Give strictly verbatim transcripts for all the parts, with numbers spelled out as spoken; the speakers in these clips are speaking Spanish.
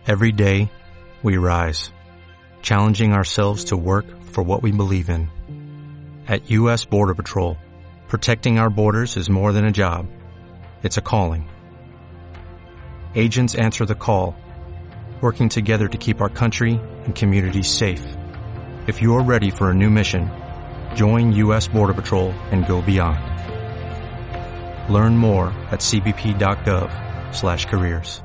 Every day, we rise, challenging ourselves to work for what we believe in. At U S Border Patrol, protecting our borders is more than a job. It's a calling. Agents answer the call, working together to keep our country and communities safe. If you're ready for a new mission, join U S Border Patrol and go beyond. Learn more at c b p dot gov slash careers.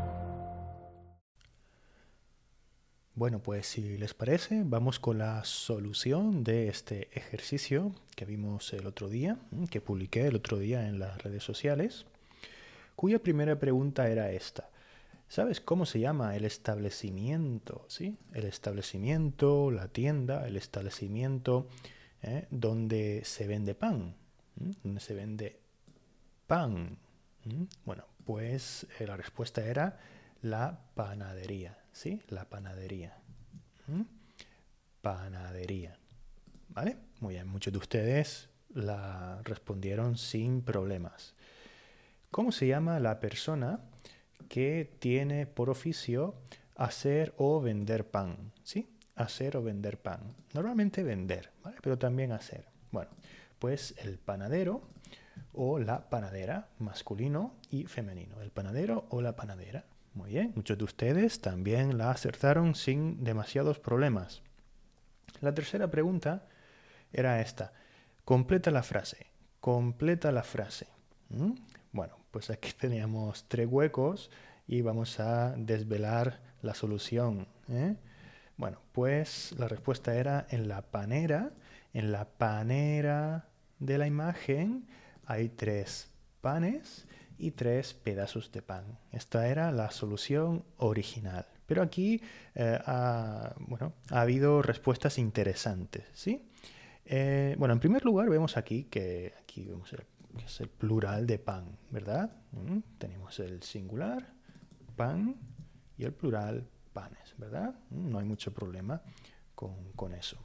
Bueno, pues si les parece, vamos con la solución de este ejercicio que vimos el otro día, que publiqué el otro día en las redes sociales, cuya primera pregunta era esta. ¿Sabes cómo se llama el establecimiento? ¿Sí? El establecimiento, la tienda, el establecimiento ¿eh? donde se vende pan. ¿eh? Donde se vende pan. ¿eh? Bueno, pues eh, la respuesta era la panadería. ¿Sí? La panadería. ¿eh? Panadería. ¿Vale? Muy bien, muchos de ustedes la respondieron sin problemas. ¿Cómo se llama la persona que tiene por oficio hacer o vender pan? ¿Sí? Hacer o vender pan. Normalmente vender, ¿vale? Pero también hacer. Bueno, pues el panadero o la panadera, masculino y femenino. El panadero o la panadera. Muy bien, muchos de ustedes también la acertaron sin demasiados problemas. La tercera pregunta era esta. Completa la frase. Completa la frase. ¿Mm? Bueno, pues aquí teníamos tres huecos y vamos a desvelar la solución. ¿eh? Bueno, pues la respuesta era en la panera. En la panera de la imagen hay tres panes y tres pedazos de pan. Esta era la solución original. Pero aquí eh, ha, bueno, ha habido respuestas interesantes, ¿sí? Eh, bueno, en primer lugar vemos aquí que aquí vemos el, que es el plural de pan, ¿verdad? ¿Mm? Tenemos el singular, pan, y el plural, panes, ¿verdad? ¿Mm? No hay mucho problema con, con eso.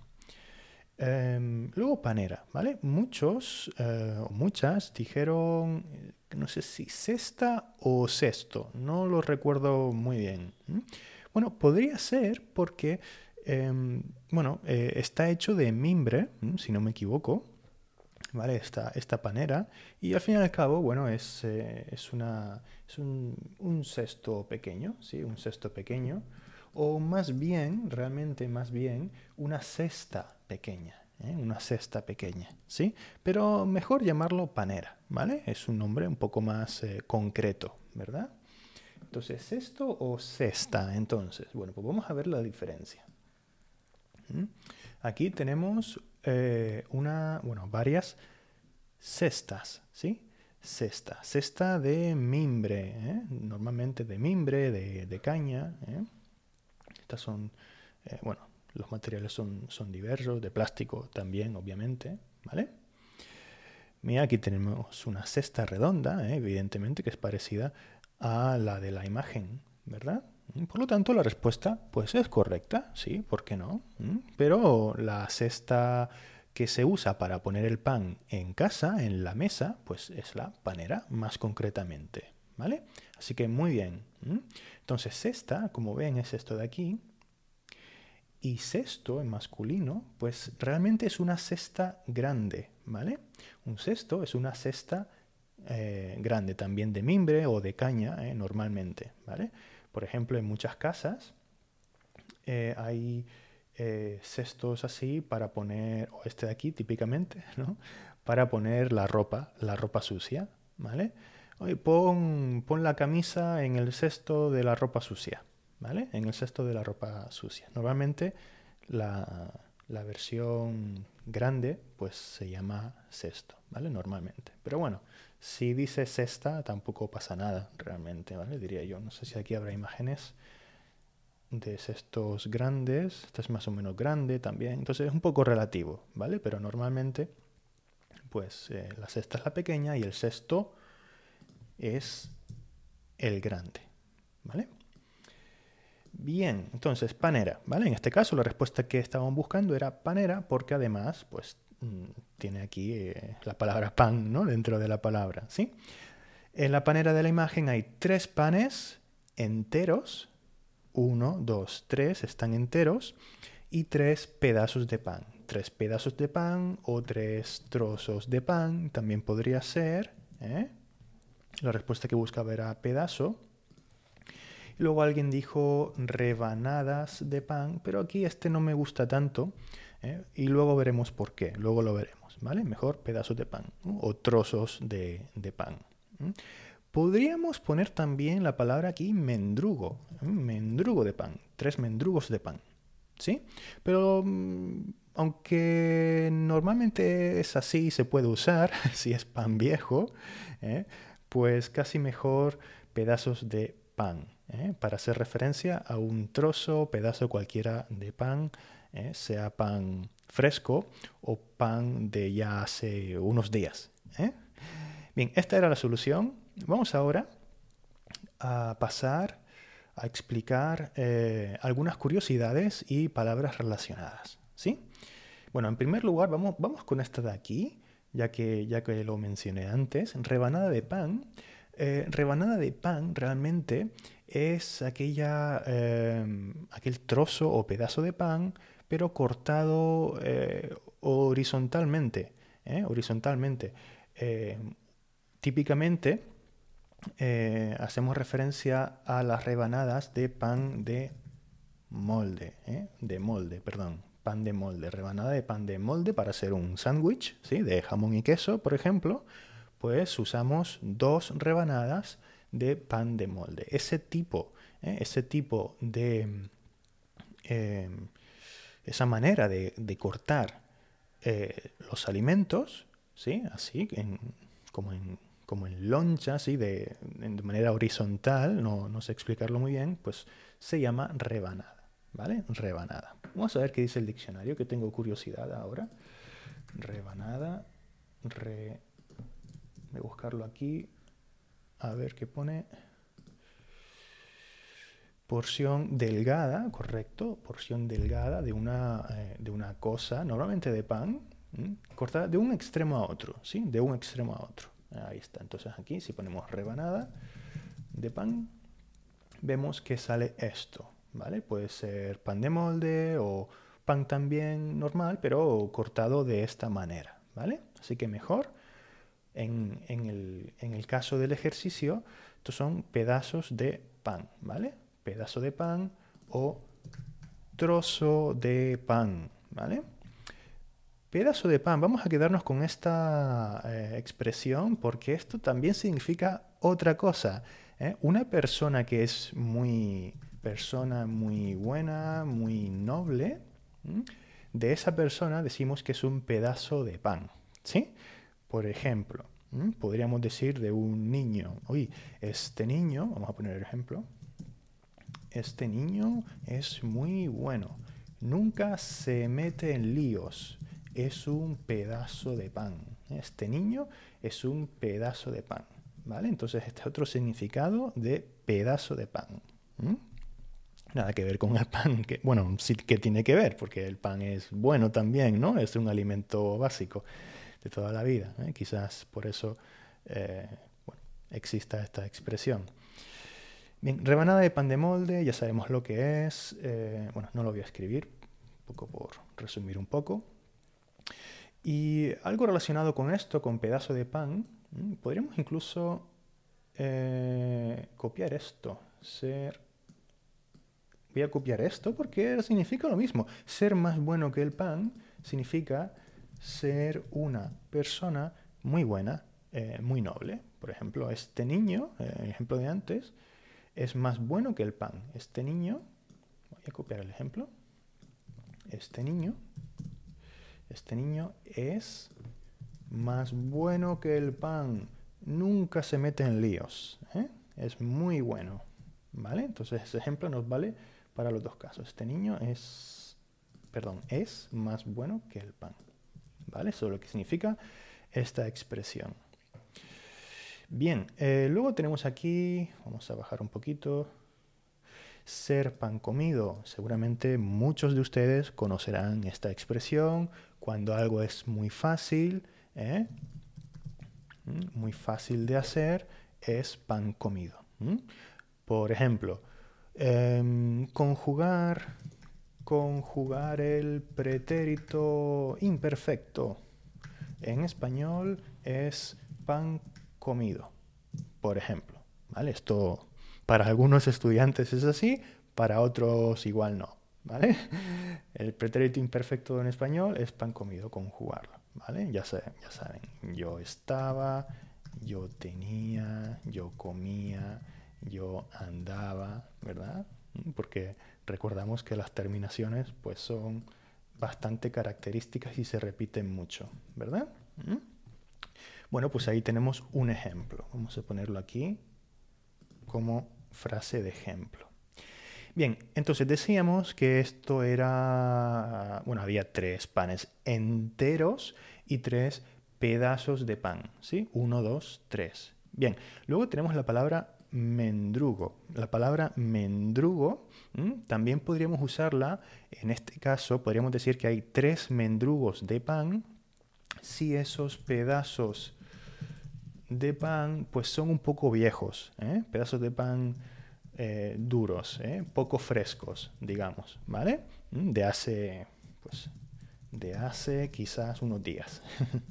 Eh, luego panera, ¿vale? Muchos eh, o muchas dijeron, no sé si cesta o cesto, no lo recuerdo muy bien. ¿Mm? Bueno, podría ser porque, eh, bueno, eh, está hecho de mimbre, ¿m? si no me equivoco, ¿vale? Esta, esta panera, y al fin y al cabo, bueno, es, eh, es, una, es un, un cesto pequeño, ¿sí? Un cesto pequeño, o más bien, realmente más bien, una cesta pequeña, ¿eh? Una cesta pequeña, ¿sí? Pero mejor llamarlo panera, ¿vale? Es un nombre un poco más eh, concreto, ¿verdad? Entonces, ¿cesto o cesta? Entonces, bueno, pues vamos a ver la diferencia. ¿Mm? Aquí tenemos eh, una, bueno, varias cestas, ¿sí? Cesta, cesta de mimbre, ¿eh? Normalmente de mimbre, de, de caña, ¿eh? Estas son, eh, bueno, los materiales son, son diversos, de plástico también, obviamente, ¿vale? Mira, aquí tenemos una cesta redonda, ¿eh? Evidentemente, que es parecida a la de la imagen, ¿verdad? Por lo tanto, la respuesta pues es correcta, sí, ¿por qué no? Pero la cesta que se usa para poner el pan en casa, en la mesa, pues es la panera, más concretamente, ¿vale? Así que muy bien. Entonces, cesta, como ven, es esto de aquí. Y cesto, en masculino, pues realmente es una cesta grande, ¿vale? Un cesto es una cesta eh, grande, también de mimbre o de caña, eh, normalmente, ¿vale? Por ejemplo, en muchas casas eh, hay eh, cestos así para poner, o este de aquí típicamente, ¿no? Para poner la ropa, la ropa sucia, ¿vale? Oye, pon, pon la camisa en el cesto de la ropa sucia, ¿vale? En el cesto de la ropa sucia. Normalmente la, la versión grande pues se llama cesto, ¿vale? Normalmente. Pero bueno, si dice cesta tampoco pasa nada realmente, ¿vale? Diría yo. No sé si aquí habrá imágenes de cestos grandes. Esta es más o menos grande también. Entonces es un poco relativo, ¿vale? Pero normalmente pues eh, la cesta es la pequeña y el cesto es el grande, ¿vale? Bien, entonces panera, ¿vale? En este caso la respuesta que estábamos buscando era panera porque además, pues, tiene aquí eh, la palabra pan, ¿no? Dentro de la palabra, ¿sí? En la panera de la imagen hay tres panes enteros, uno, dos, tres están enteros y tres pedazos de pan. Tres pedazos de pan o tres trozos de pan también podría ser. ¿eh? La respuesta que buscaba era pedazo. Y luego alguien dijo rebanadas de pan, pero aquí este no me gusta tanto. ¿eh? Y luego veremos por qué. Luego lo veremos, ¿vale? Mejor pedazos de pan, ¿no? O trozos de, de pan. ¿eh? Podríamos poner también la palabra aquí mendrugo. ¿eh? Mendrugo de pan. Tres mendrugos de pan. ¿Sí? Pero aunque normalmente es así, se puede usar, si es pan viejo, ¿eh? pues casi mejor pedazos de pan, ¿eh? para hacer referencia a un trozo, pedazo cualquiera de pan, ¿eh? sea pan fresco o pan de ya hace unos días. ¿eh? Bien, esta era la solución. Vamos ahora a pasar a explicar eh, algunas curiosidades y palabras relacionadas, ¿sí? Bueno, en primer lugar, vamos, vamos con esta de aquí, ya que, ya que lo mencioné antes. Rebanada de pan. Eh, rebanada de pan realmente es aquella, eh, aquel trozo o pedazo de pan, pero cortado eh, horizontalmente. ¿eh? Horizontalmente. Eh, típicamente eh, hacemos referencia a las rebanadas de pan de molde, ¿eh? de molde, perdón, pan de molde, rebanada de pan de molde para hacer un sándwich, ¿sí? de jamón y queso, por ejemplo, pues usamos dos rebanadas de pan de molde. Ese tipo, ¿eh? ese tipo de, eh, esa manera de, de cortar eh, los alimentos, ¿sí? así, en, como en como en loncha, ¿sí? de, de manera horizontal, no, no sé explicarlo muy bien, pues se llama rebanada, ¿vale? Rebanada. Vamos a ver qué dice el diccionario, que tengo curiosidad ahora. Rebanada, re... voy a buscarlo aquí, a ver qué pone. Porción delgada, correcto, porción delgada de una, eh, de una cosa, normalmente de pan, ¿m? cortada de un extremo a otro, ¿sí? De un extremo a otro. Ahí está. Entonces aquí si ponemos rebanada de pan, vemos que sale esto, ¿vale? Puede ser pan de molde o pan también normal, pero cortado de esta manera, ¿vale? Así que mejor, en, en, el, en el caso del ejercicio, estos son pedazos de pan, ¿vale? Pedazo de pan o trozo de pan, ¿vale? Pedazo de pan, vamos a quedarnos con esta eh, expresión porque esto también significa otra cosa. ¿eh? Una persona que es muy persona muy buena, muy noble, ¿m? de esa persona decimos que es un pedazo de pan. ¿sí? Por ejemplo, ¿m? podríamos decir de un niño, uy, este niño, vamos a poner el ejemplo, este niño es muy bueno, nunca se mete en líos. Es un pedazo de pan. Este niño es un pedazo de pan. ¿Vale? Entonces este es otro significado de pedazo de pan. ¿Mm? Nada que ver con el pan. Que, bueno, sí que tiene que ver, porque el pan es bueno también, ¿no? Es un alimento básico de toda la vida. ¿eh? Quizás por eso eh, bueno, exista esta expresión. Bien, rebanada de pan de molde, ya sabemos lo que es. Eh, bueno, no lo voy a escribir, un poco por resumir un poco. Y algo relacionado con esto, con pedazo de pan, podríamos incluso eh, copiar esto. Ser... Voy a copiar esto porque significa lo mismo. Ser más bueno que el pan significa ser una persona muy buena, eh, muy noble. Por ejemplo, este niño, eh, el ejemplo de antes, es más bueno que el pan. Este niño, voy a copiar el ejemplo. Este niño... Este niño es más bueno que el pan. Nunca se mete en líos. ¿eh? Es muy bueno. ¿Vale? Entonces ese ejemplo nos vale para los dos casos. Este niño es, perdón, es más bueno que el pan. ¿Vale? Eso es lo que significa esta expresión. Bien, eh, luego tenemos aquí, vamos a bajar un poquito. Ser pan comido. Seguramente muchos de ustedes conocerán esta expresión cuando algo es muy fácil, ¿eh? muy fácil de hacer, es pan comido. ¿Mm? Por ejemplo, eh, conjugar, conjugar el pretérito imperfecto en español es pan comido, por ejemplo, ¿vale? Esto para algunos estudiantes es así, para otros igual no, ¿vale? El pretérito imperfecto en español es pan comido, conjugarlo, ¿vale? Ya saben, ya saben, yo estaba, yo tenía, yo comía, yo andaba, ¿verdad? Porque recordamos que las terminaciones pues son bastante características y se repiten mucho, ¿verdad? ¿Mm? Bueno, pues ahí tenemos un ejemplo. Vamos a ponerlo aquí como frase de ejemplo. Bien, entonces decíamos que esto era... Bueno, había tres panes enteros y tres pedazos de pan, ¿sí? Uno, dos, tres. Bien, luego tenemos la palabra mendrugo. La palabra mendrugo ¿m? También podríamos usarla, en este caso podríamos decir que hay tres mendrugos de pan si esos pedazos de pan pues son un poco viejos, ¿eh? Pedazos de pan eh, duros, ¿eh? Poco frescos, digamos, ¿vale? De hace, pues, de hace quizás unos días.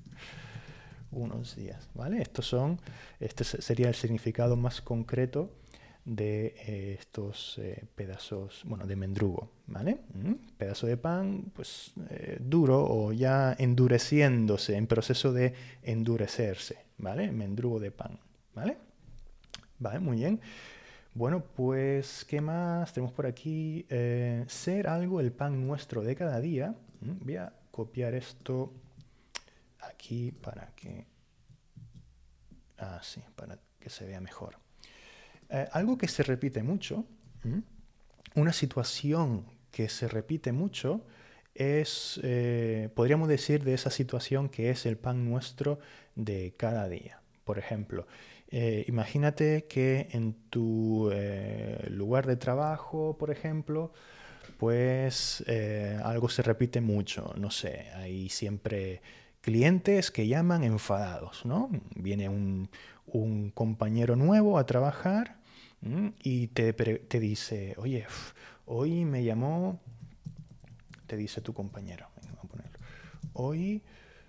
unos días, ¿vale? Estos son, este sería el significado más concreto de eh, estos eh, pedazos, bueno, de mendrugo, ¿vale? ¿Mm? Pedazo de pan, pues, eh, duro o ya endureciéndose, en proceso de endurecerse, ¿vale? Mendrugo de pan, ¿vale? Vale, muy bien. Bueno, pues, ¿qué más tenemos por aquí? Eh, ser algo el pan nuestro de cada día. ¿Mm? Voy a copiar esto aquí para que... Ah, sí, para que se vea mejor. Eh, algo que se repite mucho, ¿m? Una situación que se repite mucho es, eh, podríamos decir de esa situación que es el pan nuestro de cada día. Por ejemplo, eh, imagínate que en tu eh, lugar de trabajo, por ejemplo, pues eh, algo se repite mucho. No sé, hay siempre clientes que llaman enfadados, ¿no? Viene un, un compañero nuevo a trabajar ¿m? y te, te dice, oye, uf, hoy me llamó, te dice tu compañero, venga, vamos a ponerlo, hoy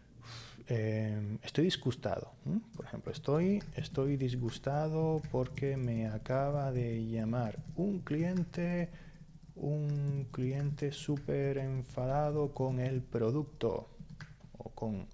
eh, estoy disgustado, ¿m? Por ejemplo, estoy, estoy disgustado porque me acaba de llamar un cliente, un cliente súper enfadado con el producto o con,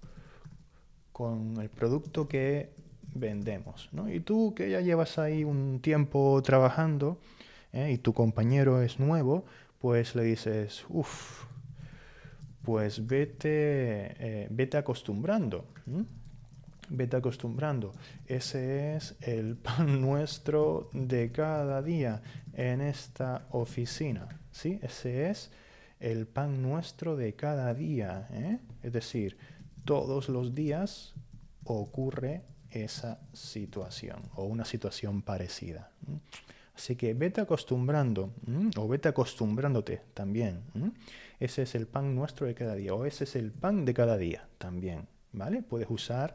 con el producto que vendemos, ¿no? Y tú que ya llevas ahí un tiempo trabajando ¿eh? y tu compañero es nuevo, pues le dices, uff, pues vete, eh, vete acostumbrando, ¿m? Vete acostumbrando. Ese es el pan nuestro de cada día en esta oficina, ¿sí? Ese es el pan nuestro de cada día, ¿eh? Es decir, todos los días ocurre esa situación o una situación parecida. ¿m? Así que vete acostumbrando ¿m? o vete acostumbrándote también. ¿m? Ese es el pan nuestro de cada día o ese es el pan de cada día también, ¿vale? Puedes usar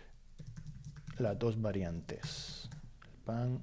las dos variantes. El pan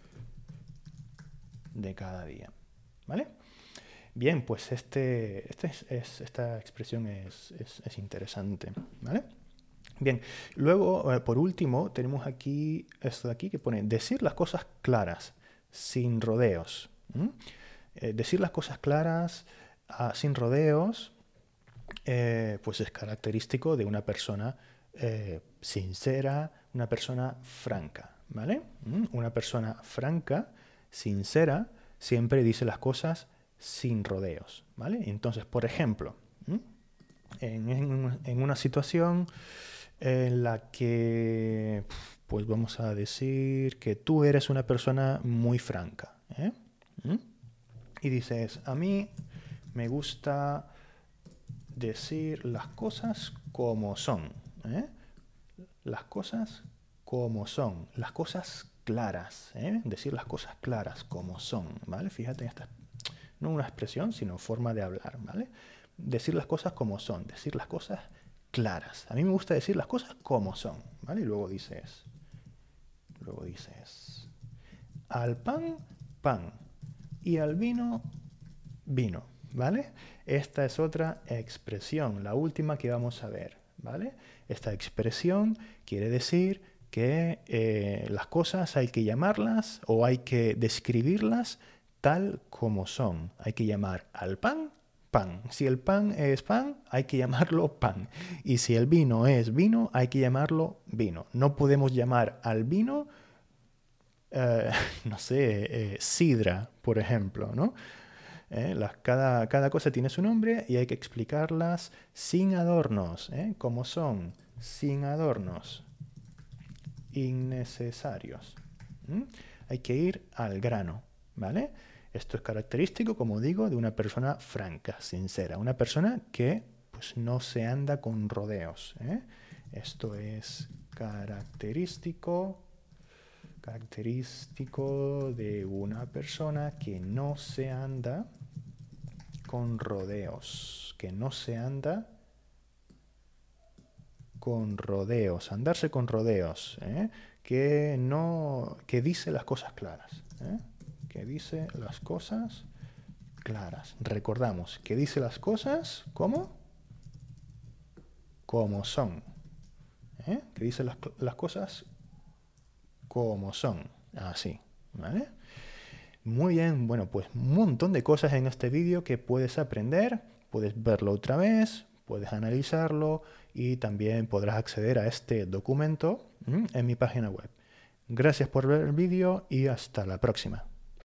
de cada día, ¿vale? Bien, pues este, este es, es, esta expresión es, es, es interesante, ¿vale? Bien, luego, eh, por último, tenemos aquí esto de aquí que pone decir las cosas claras, sin rodeos. ¿Mm? Eh, decir las cosas claras, ah, sin rodeos, eh, pues es característico de una persona eh, sincera, una persona franca, ¿vale? ¿Mm? Una persona franca, sincera, siempre dice las cosas sin rodeos, ¿vale? Entonces, por ejemplo, ¿m? en, en, en una situación en la que, pues vamos a decir que tú eres una persona muy franca, ¿eh? ¿Mm? Y dices, a mí me gusta decir las cosas como son, ¿eh? Las cosas como son, las cosas claras, ¿eh? Decir las cosas claras como son, ¿vale? Fíjate en esta, no una expresión, sino forma de hablar, ¿vale? Decir las cosas como son, decir las cosas claras. A mí me gusta decir las cosas como son, ¿vale? Y luego dices, luego dices, al pan, pan, y al vino, vino, ¿vale? Esta es otra expresión, la última que vamos a ver, ¿vale? Esta expresión quiere decir que eh, las cosas hay que llamarlas o hay que describirlas tal como son. Hay que llamar al pan, pan. Si el pan es pan, hay que llamarlo pan. Y si el vino es vino, hay que llamarlo vino. No podemos llamar al vino, eh, no sé, eh, sidra, por ejemplo, ¿no? Eh, las, cada, cada cosa tiene su nombre y hay que explicarlas sin adornos, ¿eh? Como son, sin adornos innecesarios. ¿Mm? Hay que ir al grano, ¿vale? Esto es característico, como digo, de una persona franca, sincera, una persona que pues, no se anda con rodeos, ¿eh? Esto es característico, característico de una persona que no se anda con rodeos, que no se anda con rodeos, andarse con rodeos, ¿eh? que no, que dice las cosas claras, ¿eh? que dice las cosas claras. Recordamos, que dice las cosas ¿cómo? Como son, ¿eh? que dice las, las cosas como son, así, ¿vale? Muy bien, bueno, pues un montón de cosas en este vídeo que puedes aprender, puedes verlo otra vez, puedes analizarlo y también podrás acceder a este documento en mi página web. Gracias por ver el vídeo y hasta la próxima.